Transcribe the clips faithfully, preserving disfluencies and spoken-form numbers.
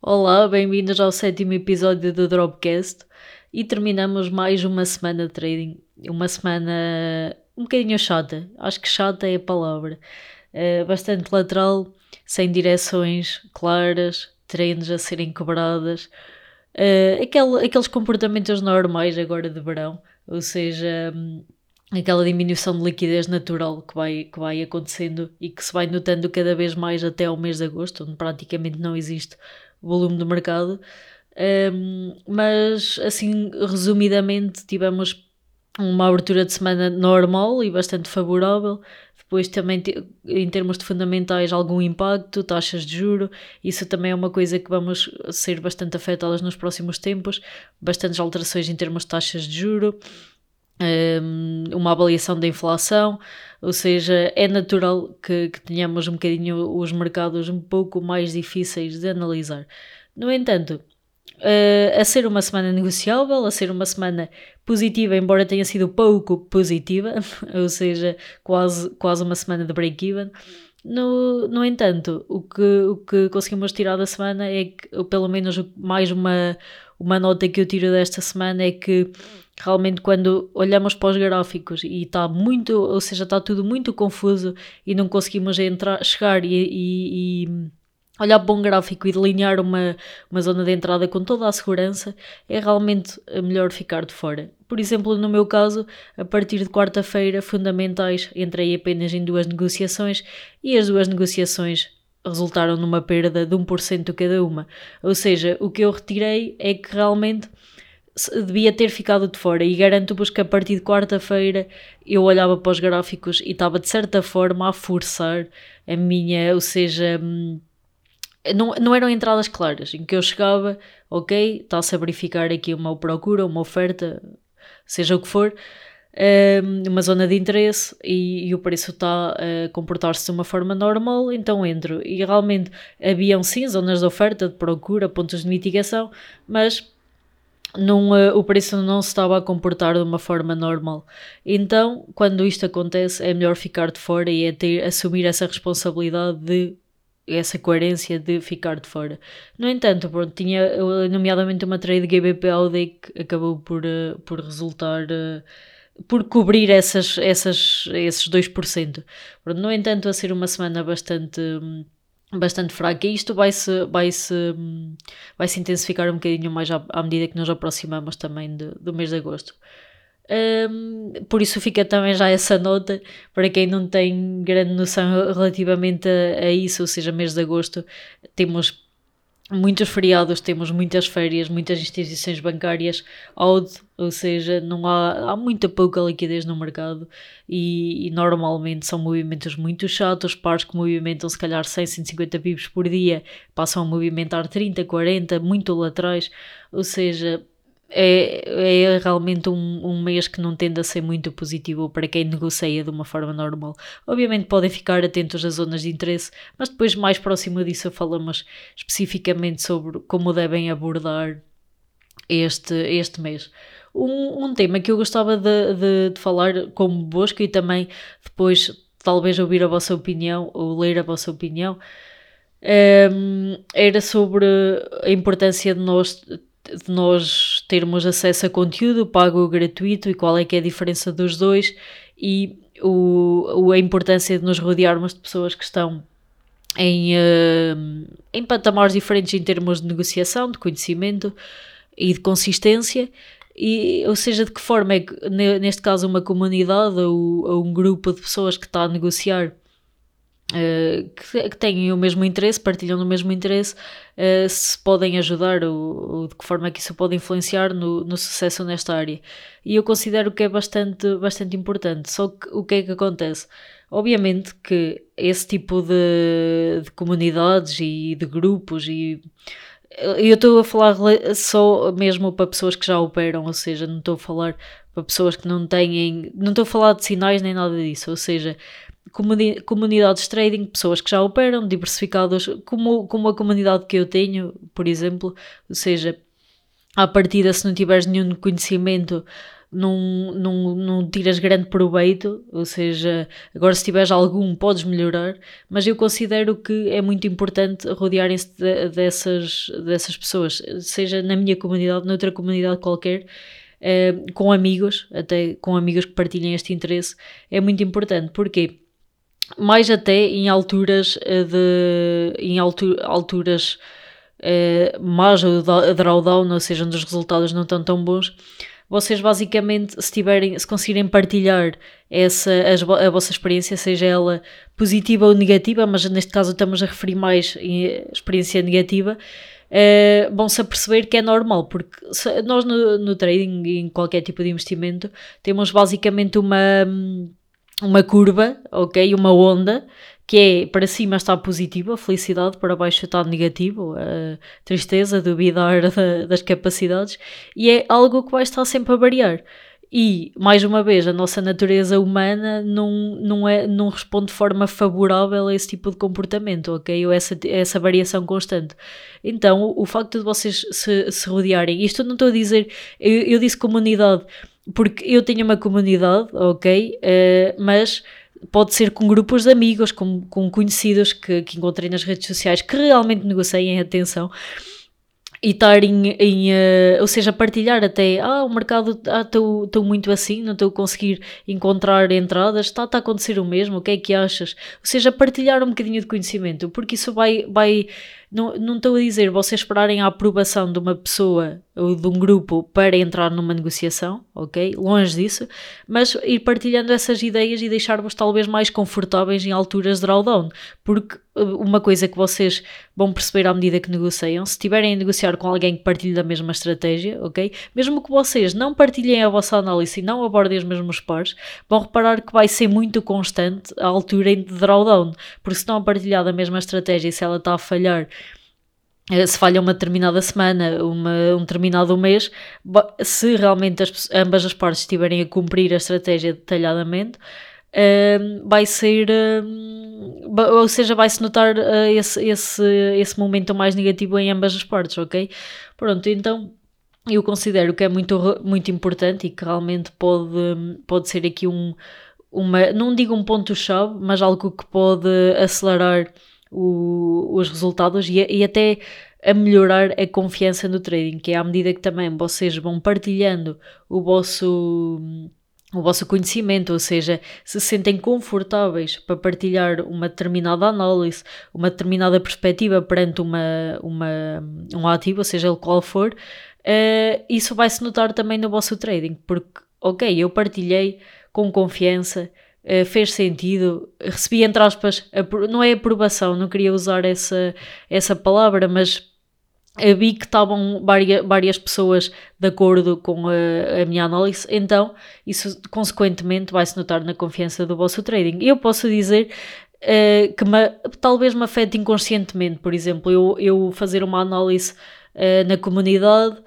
Olá, bem-vindos ao sétimo episódio do Dropcast e terminamos mais uma semana de trading. Uma semana um bocadinho chata, acho que chata é a palavra. Uh, bastante lateral, sem direções claras, trends a serem quebradas. Uh, aquele, aqueles comportamentos normais agora de verão, ou seja, um, aquela diminuição de liquidez natural que vai, que vai acontecendo e que se vai notando cada vez mais até ao mês de agosto, onde praticamente não existe volume do mercado. Um, mas assim, resumidamente, tivemos uma abertura de semana normal e bastante favorável. Depois também, em termos de fundamentais, algum impacto, taxas de juro, isso também é uma coisa que vamos ser bastante afetadas nos próximos tempos, bastantes alterações em termos de taxas de juro, uma avaliação da inflação, ou seja, é natural que, que tenhamos um bocadinho os mercados um pouco mais difíceis de analisar. No entanto, Uh, a ser uma semana negociável, a ser uma semana positiva, embora tenha sido pouco positiva, ou seja, quase, quase uma semana de break-even. No, no entanto, o que, o que conseguimos tirar da semana é que, ou pelo menos mais uma, uma nota que eu tiro desta semana é que realmente quando olhamos para os gráficos e está muito, ou seja, está tudo muito confuso e não conseguimos entrar, chegar e, e, e olhar para um gráfico e delinear uma, uma zona de entrada com toda a segurança, é realmente melhor ficar de fora. Por exemplo, no meu caso, a partir de quarta-feira, fundamentais, entrei apenas em duas negociações e as duas negociações resultaram numa perda de um por cento cada uma. Ou seja, o que eu retirei é que realmente devia ter ficado de fora, e garanto-vos que a partir de quarta-feira eu olhava para os gráficos e estava de certa forma a forçar a minha, ou seja... Não, não eram entradas claras, em que eu chegava, ok, está-se a verificar aqui uma procura, uma oferta, seja o que for, uma zona de interesse e, e o preço está a comportar-se de uma forma normal, então entro. E realmente haviam sim zonas de oferta, de procura, pontos de mitigação, mas não, o preço não se estava a comportar de uma forma normal. Então, quando isto acontece, é melhor ficar de fora e é ter, assumir essa responsabilidade de essa coerência de ficar de fora. No entanto, pronto, tinha nomeadamente uma trade G B P A U D que acabou por, uh, por resultar, uh, por cobrir essas, essas, esses dois por cento. Pronto, no entanto, a ser uma semana bastante... Um, bastante fraca, e isto vai-se vai-se, vai-se intensificar um bocadinho mais à, à medida que nos aproximamos também de, do mês de agosto. Um, por isso fica também já essa nota para quem não tem grande noção relativamente a, a isso, ou seja, mês de agosto temos muitos feriados, temos muitas férias, muitas instituições bancárias out, ou seja, não há, há muita pouca liquidez no mercado e, e normalmente são movimentos muito chatos, pares que movimentam se calhar cem, cento e cinquenta pips por dia, passam a movimentar trinta, quarenta, muito laterais, ou seja... É, é realmente um, um mês que não tende a ser muito positivo para quem negocia de uma forma normal. Obviamente podem ficar atentos às zonas de interesse, mas depois mais próximo disso falamos especificamente sobre como devem abordar este, este mês. Um, um tema que eu gostava de, de, de falar convosco e também depois talvez ouvir a vossa opinião ou ler a vossa opinião, um, era sobre a importância de nós de nós termos acesso a conteúdo pago ou gratuito e qual é que é a diferença dos dois e o, a importância de nos rodearmos de pessoas que estão em, uh, em patamares diferentes em termos de negociação, de conhecimento e de consistência, e, ou seja, de que forma é que, neste caso, uma comunidade ou, ou um grupo de pessoas que está a negociar Uh, que, que têm o mesmo interesse, partilham do mesmo interesse, uh, se podem ajudar ou, ou de que forma é que isso pode influenciar no, no sucesso nesta área. E eu considero que é bastante, bastante importante. Só que o que é que acontece? Obviamente que esse tipo de, de comunidades e de grupos, e eu estou a falar só mesmo para pessoas que já operam, ou seja, não estou a falar para pessoas que não têm, não estou a falar de sinais nem nada disso, ou seja, comunidades de trading, pessoas que já operam, diversificadas, como, como a comunidade que eu tenho, por exemplo, ou seja, à partida, se não tiveres nenhum conhecimento não, não, não tiras grande proveito, ou seja, agora se tiveres algum podes melhorar, mas eu considero que é muito importante rodearem-se de, dessas, dessas pessoas, seja na minha comunidade, noutra comunidade qualquer, eh, com amigos, até com amigos que partilhem este interesse, é muito importante. Porquê? Mais até em alturas de em altu, alturas uh, más ou de drawdown, ou seja, onde os resultados não estão tão bons, vocês basicamente, se, tiverem, se conseguirem partilhar essa, a, a vossa experiência, seja ela positiva ou negativa, mas neste caso estamos a referir mais em experiência negativa, uh, vão-se a perceber que é normal, porque nós no, no trading, em qualquer tipo de investimento, temos basicamente uma... uma curva, ok? Uma onda, que é para cima está positiva, a felicidade, para baixo está negativo, a tristeza, duvidar da, das capacidades, e é algo que vai estar sempre a variar. E, mais uma vez, a nossa natureza humana não, não, é, não responde de forma favorável a esse tipo de comportamento, ok? Ou essa, essa variação constante. Então, o, o facto de vocês se, se rodearem, isto eu não estou a dizer, eu, eu disse comunidade, porque eu tenho uma comunidade, ok? Uh, mas pode ser com grupos de amigos, com, com conhecidos que, que encontrei nas redes sociais, que realmente negociem, atenção, e estar em, em uh, ou seja, partilhar até, ah, o mercado estou ah, muito assim, não estou a conseguir encontrar entradas, está tá a acontecer o mesmo, o que é que achas? Ou seja, partilhar um bocadinho de conhecimento, porque isso vai, vai não, não estou a dizer vocês esperarem a aprovação de uma pessoa ou de um grupo para entrar numa negociação, ok? Longe disso, mas ir partilhando essas ideias e deixar-vos talvez mais confortáveis em alturas de drawdown, porque uma coisa que vocês vão perceber à medida que negociam, se estiverem a negociar com alguém que partilhe da mesma estratégia, ok? Mesmo que vocês não partilhem a vossa análise e não abordem os mesmos pares, vão reparar que vai ser muito constante a altura de drawdown, porque se estão a partilhar da mesma estratégia e se ela está a falhar, se falha uma determinada semana, uma, um determinado mês, se realmente as, ambas as partes estiverem a cumprir a estratégia detalhadamente, Uh, vai ser, uh, ou seja, vai-se notar uh, esse, esse, esse momento mais negativo em ambas as partes, ok? Pronto, então eu considero que é muito, muito importante e que realmente pode, pode ser aqui um, uma, não digo um ponto-chave, mas algo que pode acelerar o, os resultados e, e até a melhorar a confiança no trading, que é à medida que também vocês vão partilhando o vosso... o vosso conhecimento, ou seja, se sentem confortáveis para partilhar uma determinada análise, uma determinada perspectiva perante uma, uma, um ativo, seja ele qual for, uh, isso vai-se notar também no vosso trading, porque, ok, eu partilhei com confiança, uh, fez sentido, recebi, entre aspas, não é aprovação, não queria usar essa, essa palavra, mas eu vi que estavam várias, várias pessoas de acordo com a, a minha análise, então isso consequentemente vai-se notar na confiança do vosso trading. Eu posso dizer uh, que me, talvez me afete inconscientemente, por exemplo, eu, eu fazer uma análise uh, na comunidade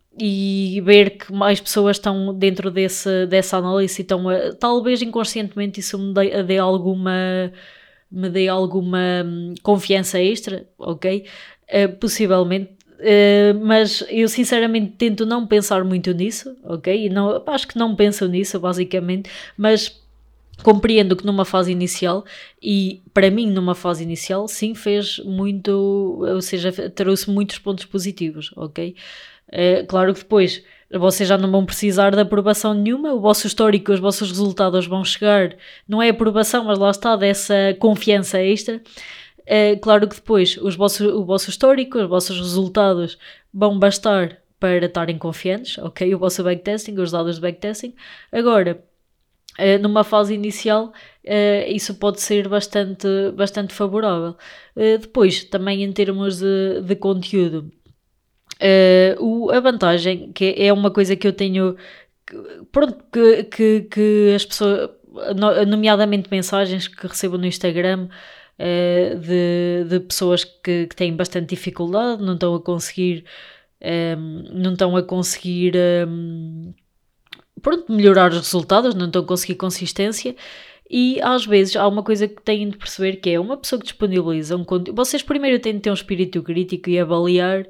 e ver que mais pessoas estão dentro desse, dessa análise e estão a, talvez inconscientemente isso me dê, dê alguma, me dê alguma confiança extra, ok? Uh, possivelmente. Uh, mas eu sinceramente tento não pensar muito nisso, ok? E não, acho que não penso nisso basicamente, mas compreendo que numa fase inicial, e para mim numa fase inicial sim fez muito, ou seja, trouxe muitos pontos positivos, ok? Uh, claro que depois vocês já não vão precisar de aprovação nenhuma, o vosso histórico, os vossos resultados vão chegar, não é aprovação, mas lá está, dessa confiança extra. É claro que depois os vossos, o vosso histórico, os vossos resultados vão bastar para estarem confiantes, ok? O vosso backtesting, os dados de backtesting. Agora, numa fase inicial, isso pode ser bastante, bastante favorável. Depois, também em termos de, de conteúdo, a vantagem, que é uma coisa que eu tenho, pronto, que, que, que as pessoas, nomeadamente mensagens que recebo no Instagram, Uh, de, de pessoas que, que têm bastante dificuldade, não estão a conseguir um, não estão a conseguir um, pronto, melhorar os resultados, não estão a conseguir consistência, e às vezes há uma coisa que têm de perceber, que é uma pessoa que disponibiliza um conteúdo. Vocês primeiro têm de ter um espírito crítico e avaliar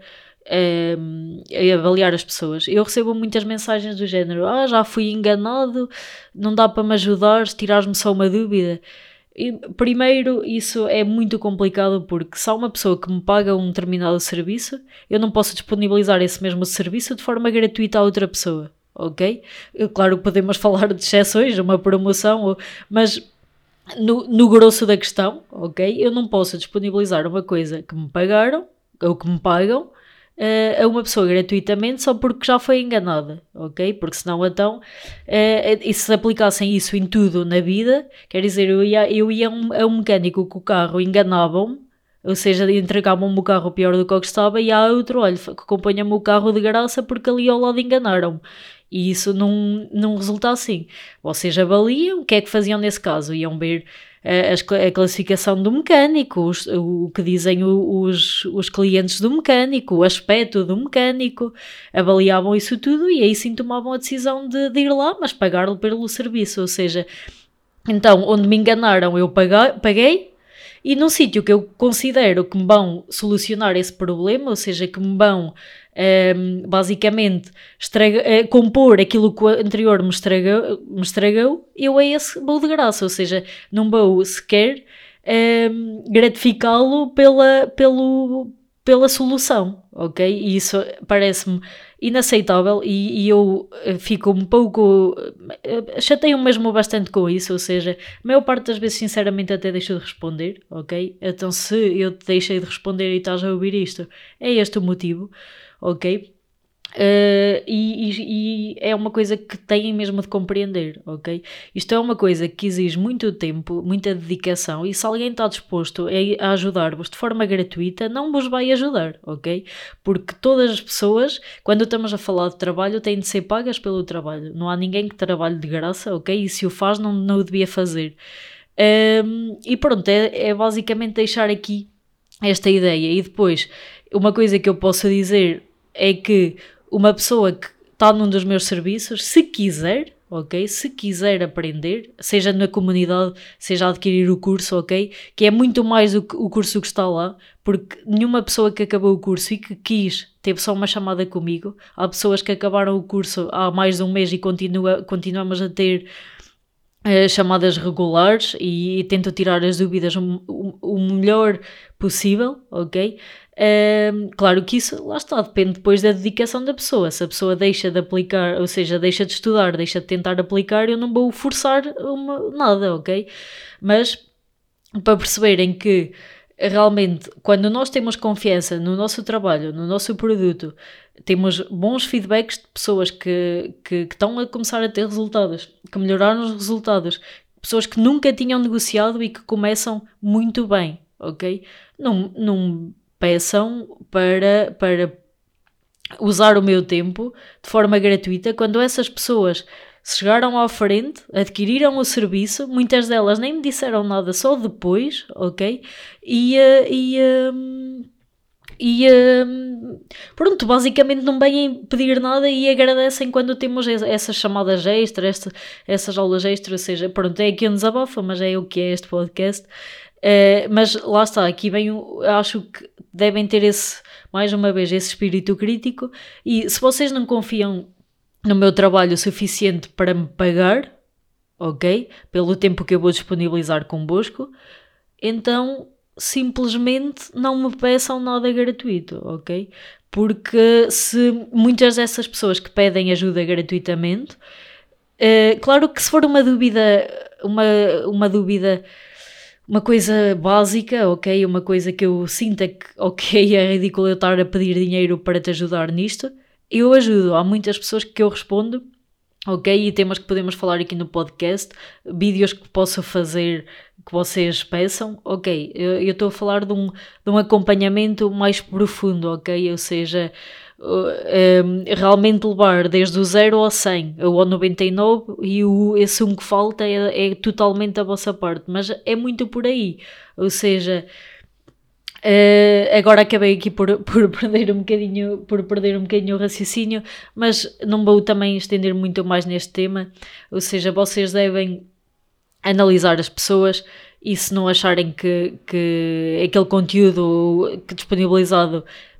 um, a avaliar as pessoas. Eu recebo muitas mensagens do género: ah, já fui enganado, não dá para me ajudar, se tirares-me só uma dúvida. E, primeiro, isso é muito complicado porque se há uma pessoa que me paga um determinado serviço, eu não posso disponibilizar esse mesmo serviço de forma gratuita a outra pessoa, ok? Eu, claro que podemos falar de exceções, uma promoção, mas no, no grosso da questão, ok? Eu não posso disponibilizar uma coisa que me pagaram, ou que me pagam, Uh, a uma pessoa gratuitamente só porque já foi enganada, ok? Porque senão então, uh, e se aplicassem isso em tudo na vida, quer dizer, eu ia, eu ia um, a um mecânico com o carro, enganavam-me, ou seja, entregavam-me o carro pior do que o que estava, e há outro, olha, que acompanha-me o carro de graça porque ali ao lado enganaram-me. E isso não, não resulta assim. Vocês avaliam, o que é que faziam nesse caso? Iam ver a classificação do mecânico, os, o que dizem os, os clientes do mecânico, o aspecto do mecânico, avaliavam isso tudo e aí sim tomavam a decisão de, de ir lá, mas pagar pelo serviço, ou seja, então onde me enganaram eu paguei, paguei e num sítio que eu considero que me vão solucionar esse problema, ou seja, que me vão um, basicamente estraga, uh, compor aquilo que o anterior me estragou, me estragou, eu a esse vou de graça, ou seja, não vou sequer um, gratificá-lo pela, pelo, pela solução, ok? E isso parece-me inaceitável e, e eu fico um pouco... chateio mesmo bastante com isso, ou seja, a maior parte das vezes sinceramente até deixo de responder, ok? Então se eu te deixei de responder e estás a ouvir isto, é este o motivo, ok? Uh, e, e, e é uma coisa que têm mesmo de compreender, ok? Isto é uma coisa que exige muito tempo, muita dedicação, e se alguém está disposto a, a ajudar-vos de forma gratuita, não vos vai ajudar, ok? Porque todas as pessoas, quando estamos a falar de trabalho, têm de ser pagas pelo trabalho. Não há ninguém que trabalhe de graça, ok? E se o faz, não, não o devia fazer. Um, e pronto, é, é basicamente deixar aqui esta ideia. E depois, uma coisa que eu posso dizer é que uma pessoa que está num dos meus serviços, se quiser, ok? Se quiser aprender, seja na comunidade, seja adquirir o curso, ok? Que é muito mais do que o curso que está lá, porque nenhuma pessoa que acabou o curso e que quis, teve só uma chamada comigo. Há pessoas que acabaram o curso há mais de um mês e continua, continuamos a ter uh, chamadas regulares e, e tento tirar as dúvidas o, o, o melhor possível, ok? Um, claro que isso, lá está, depende depois da dedicação da pessoa. Se a pessoa deixa de aplicar, ou seja, deixa de estudar, deixa de tentar aplicar, eu não vou forçar uma, nada, ok? Mas para perceberem que realmente quando nós temos confiança no nosso trabalho, no nosso produto, temos bons feedbacks de pessoas que, que, que estão a começar a ter resultados, que melhoraram os resultados, pessoas que nunca tinham negociado e que começam muito bem, ok? Não, não peçam para, para usar o meu tempo de forma gratuita quando essas pessoas chegaram à frente, adquiriram o serviço, muitas delas nem me disseram nada só depois, ok? E, e, e pronto, basicamente não vêm pedir nada e agradecem quando temos essas chamadas extras, essas aulas extras, ou seja, pronto, é aqui um desabafo, mas é o que é este podcast. Uh, mas lá está, aqui vem, acho que devem ter esse, mais uma vez, esse espírito crítico, e se vocês não confiam no meu trabalho o suficiente para me pagar, ok, pelo tempo que eu vou disponibilizar convosco, então simplesmente não me peçam nada gratuito, ok? Porque se muitas dessas pessoas que pedem ajuda gratuitamente, uh, claro que se for uma dúvida, uma, uma dúvida uma coisa básica, ok? Uma coisa que eu sinta que, ok, é ridículo eu estar a pedir dinheiro para te ajudar nisto, eu ajudo. Há muitas pessoas que eu respondo, ok? E temas que podemos falar aqui no podcast, vídeos que posso fazer que vocês peçam, ok? Eu estou a falar de um, de um acompanhamento mais profundo, ok? Ou seja, um, realmente levar desde o zero ao cem ou ao noventa e nove e o, esse um que falta é, é totalmente a vossa parte, mas é muito por aí, ou seja, uh, agora acabei aqui por, por, perder um bocadinho, por perder um bocadinho o raciocínio, mas não vou também estender muito mais neste tema, ou seja, vocês devem analisar as pessoas e se não acharem que, que aquele conteúdo que disponibilizado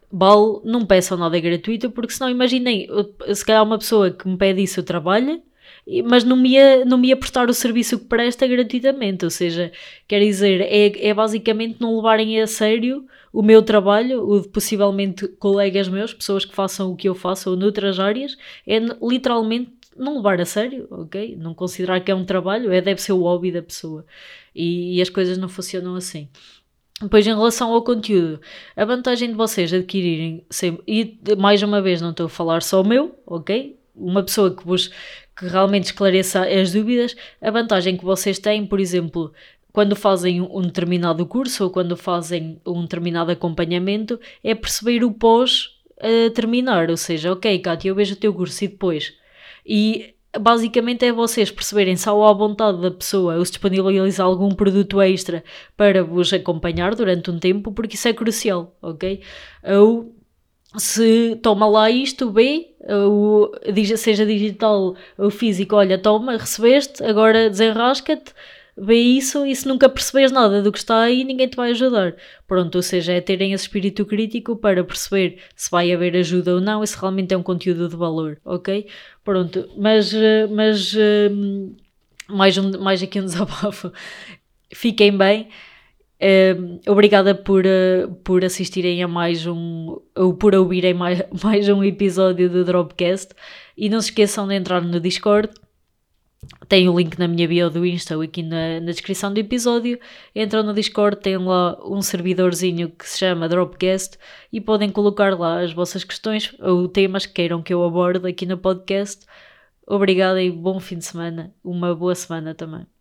vale, não peçam nada gratuito, porque senão imaginem, se calhar uma pessoa que me pede isso trabalha, mas não me, ia, não me ia prestar o serviço que presta gratuitamente, ou seja, quer dizer, é, é basicamente não levarem a sério o meu trabalho, o de possivelmente colegas meus, pessoas que façam o que eu faço ou noutras áreas, é literalmente não levar a sério, ok? Não considerar que é um trabalho, é, deve ser o hobby da pessoa. E, e as coisas não funcionam assim. Depois, em relação ao conteúdo, a vantagem de vocês adquirirem sempre, e mais uma vez não estou a falar só o meu, ok? Uma pessoa que vos que realmente esclareça as dúvidas, a vantagem que vocês têm, por exemplo, quando fazem um determinado curso ou quando fazem um determinado acompanhamento, é perceber o pós a terminar, ou seja, ok, Cátia, eu vejo o teu curso e depois. E basicamente é vocês perceberem se há à vontade da pessoa ou se disponibiliza algum produto extra para vos acompanhar durante um tempo, porque isso é crucial, ok? Ou se toma lá isto, B, ou seja digital ou físico, olha, toma, recebeste, agora desenrasca-te, vê isso e se nunca percebes nada do que está aí, ninguém te vai ajudar. Pronto, ou seja, é terem esse espírito crítico para perceber se vai haver ajuda ou não e se realmente é um conteúdo de valor, ok? Pronto, mas, mas mais, um, mais aqui um desabafo. Fiquem bem. Uh, obrigada por, uh, por assistirem a mais um, ou por ouvirem mais, mais um episódio do Dropcast, e não se esqueçam de entrar no Discord. Tem o link na minha bio do Insta ou aqui na, na descrição do episódio. Entram no Discord, tem lá um servidorzinho que se chama Dropcast e podem colocar lá as vossas questões ou temas que queiram que eu aborde aqui no podcast. Obrigada e bom fim de semana, uma boa semana também.